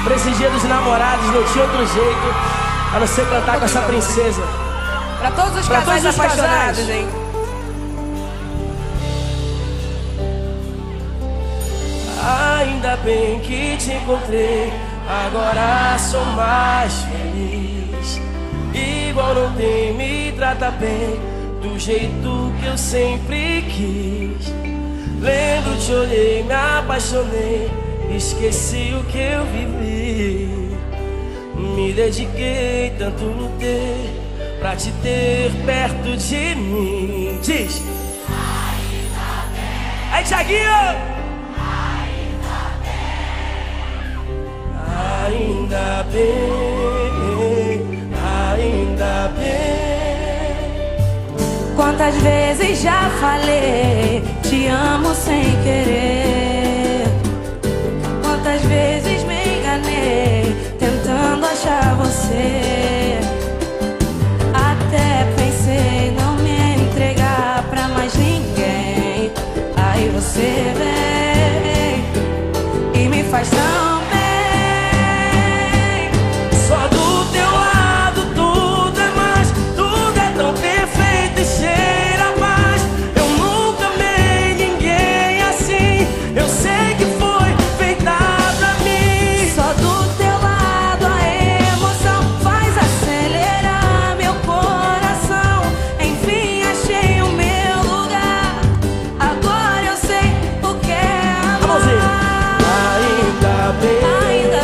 Pra esse dia dos namorados não tinha outro jeito a não ser cantar com essa princesa. Pra todos os casais apaixonados, hein? Ainda bem que te encontrei, agora sou mais feliz. Igual não tem, me trata bem, do jeito que eu sempre quis. Lembro, te olhei, me apaixonei, esqueci o que eu vivi. Me dediquei, tanto lutei pra te ter perto de mim. Diz! Ainda bem. Aí, Thiaguinho! Ainda bem, ainda bem. Quantas vezes já falei, te amo sem querer. Quantas vezes me enganei, tentando achar você. Até pensei em não me entregar pra mais ninguém. Aí você vem e me faz tão bem. Só do teu lado tudo é mais, tudo é tão perfeito e cheira a paz. Eu nunca amei ninguém assim, eu sei que foi feita pra mim. Só do teu lado a emoção faz acelerar meu coração. Enfim achei o meu lugar, agora eu sei o que é amar. Ainda bem,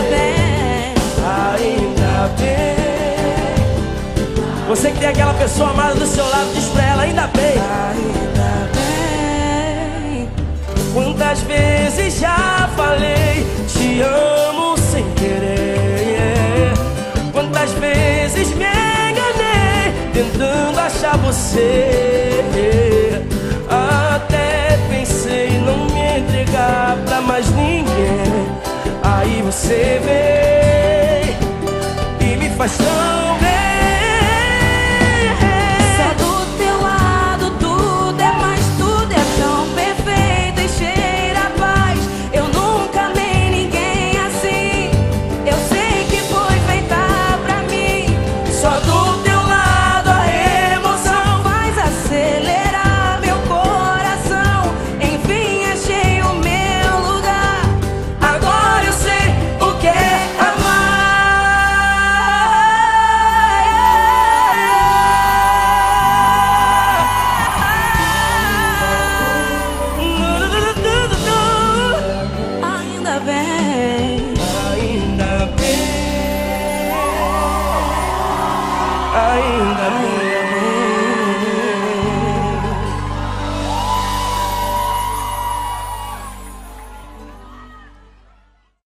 ainda bem. Você que tem aquela pessoa amada do seu lado, diz pra ela, ainda bem. Ainda bem. Quantas vezes já falei, te amo sem querer. Quantas vezes me enganei, tentando achar você. Até pensei em não me entregar pra mais ninguém. Aí você vem e me faz tão bem. Só do teu lado tudo é mais, tudo é tão perfeito e cheira a paz. Eu nunca amei ninguém assim, eu sei que foi feita pra mim. Só do teu lado a emoção Faz acelerar meu coração. Enfim achei o meu lugar, agora eu sei o que é amar. ainda bem. Ainda bem, ainda